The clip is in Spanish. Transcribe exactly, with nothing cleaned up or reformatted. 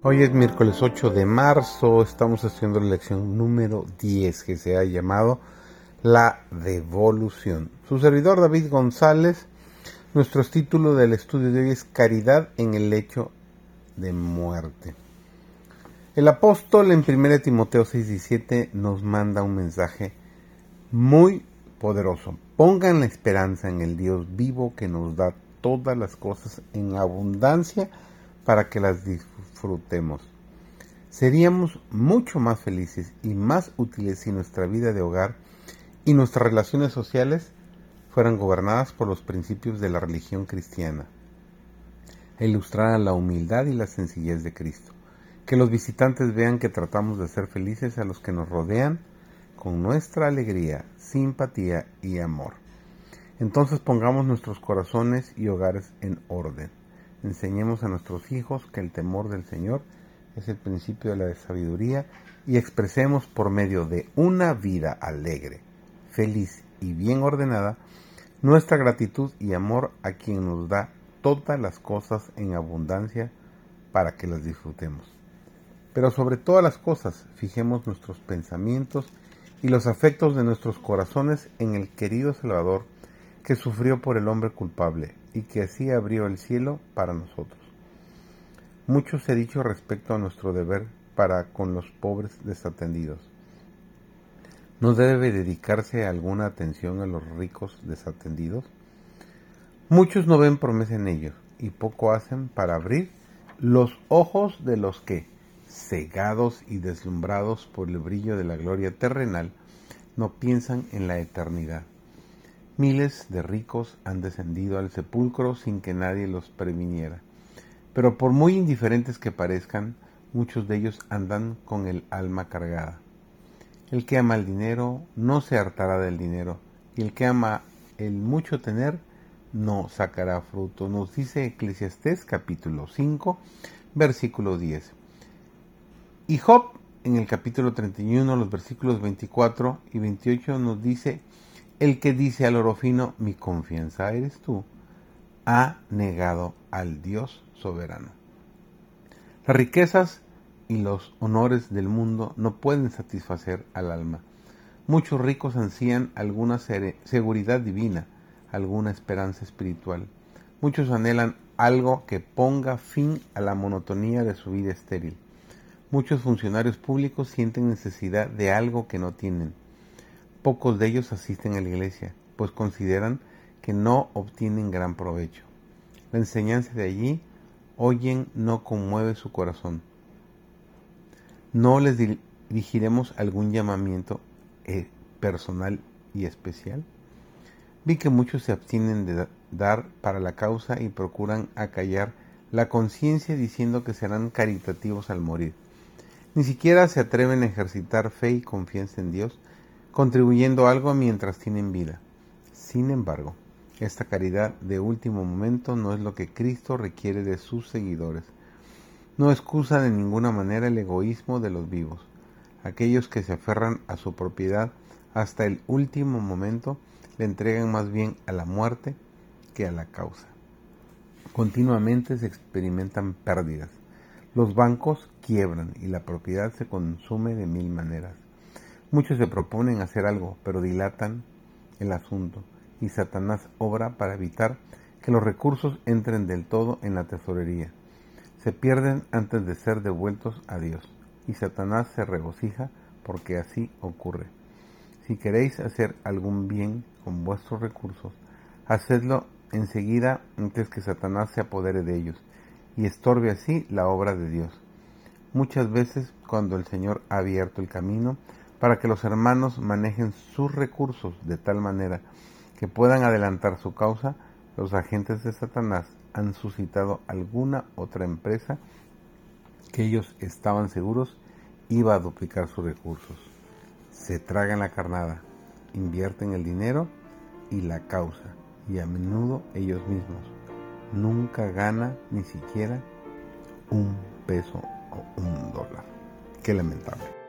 Hoy es miércoles ocho de marzo, estamos estudiando la lección número diez que se ha llamado La Devolución. Su servidor David González, nuestro título del estudio de hoy es Caridad en el lecho de muerte. El apóstol en primera Timoteo seis diecisiete nos manda un mensaje muy poderoso. Pongan la esperanza en el Dios vivo que nos da todas las cosas en abundancia para que las disfrutemos. Seríamos mucho más felices y más útiles si nuestra vida de hogar y nuestras relaciones sociales fueran gobernadas por los principios de la religión cristiana e ilustraran la humildad y la sencillez de Cristo. Que los visitantes vean que tratamos de ser felices a los que nos rodean con nuestra alegría, simpatía y amor. Entonces pongamos nuestros corazones y hogares en orden. Enseñemos a nuestros hijos que el temor del Señor es el principio de la sabiduría y expresemos por medio de una vida alegre, feliz y bien ordenada nuestra gratitud y amor a quien nos da todas las cosas en abundancia para que las disfrutemos. Pero sobre todas las cosas, fijemos nuestros pensamientos y los afectos de nuestros corazones en el querido Salvador que sufrió por el hombre culpable y que así abrió el cielo para nosotros. Mucho se ha dicho respecto a nuestro deber para con los pobres desatendidos. ¿No debe dedicarse alguna atención a los ricos desatendidos? Muchos no ven promesa en ellos y poco hacen para abrir los ojos de los que, cegados y deslumbrados por el brillo de la gloria terrenal, no piensan en la eternidad. Miles de ricos han descendido al sepulcro sin que nadie los previniera. Pero por muy indiferentes que parezcan, muchos de ellos andan con el alma cargada. El que ama el dinero no se hartará del dinero, y el que ama el mucho tener no sacará fruto. Nos dice Eclesiastés capítulo cinco, versículo diez. Y Job en el capítulo treinta y uno, los versículos veinticuatro y veintiocho nos dice: el que dice al oro fino, mi confianza eres tú, ha negado al Dios soberano. Las riquezas y los honores del mundo no pueden satisfacer al alma. Muchos ricos ansían alguna seguridad divina, alguna esperanza espiritual. Muchos anhelan algo que ponga fin a la monotonía de su vida estéril. Muchos funcionarios públicos sienten necesidad de algo que no tienen. Pocos de ellos asisten a la iglesia, pues consideran que no obtienen gran provecho. La enseñanza de allí oyen no conmueve su corazón. ¿No les dirigiremos algún llamamiento eh, personal y especial? Vi que muchos se abstienen de dar para la causa y procuran acallar la conciencia diciendo que serán caritativos al morir. Ni siquiera se atreven a ejercitar fe y confianza en Dios, contribuyendo algo mientras tienen vida. Sin embargo, esta caridad de último momento no es lo que Cristo requiere de sus seguidores. No excusa de ninguna manera el egoísmo de los vivos. Aquellos que se aferran a su propiedad hasta el último momento le entregan más bien a la muerte que a la causa. Continuamente se experimentan pérdidas. Los bancos quiebran y la propiedad se consume de mil maneras. Muchos se proponen hacer algo, pero dilatan el asunto, y Satanás obra para evitar que los recursos entren del todo en la tesorería. Se pierden antes de ser devueltos a Dios, y Satanás se regocija porque así ocurre. Si queréis hacer algún bien con vuestros recursos, hacedlo enseguida antes que Satanás se apodere de ellos, y estorbe así la obra de Dios. Muchas veces, cuando el Señor ha abierto el camino para que los hermanos manejen sus recursos de tal manera que puedan adelantar su causa, los agentes de Satanás han suscitado alguna otra empresa que ellos estaban seguros iba a duplicar sus recursos. Se tragan la carnada, invierten el dinero y la causa, y a menudo ellos mismos nunca ganan ni siquiera un peso o un dólar. Qué lamentable.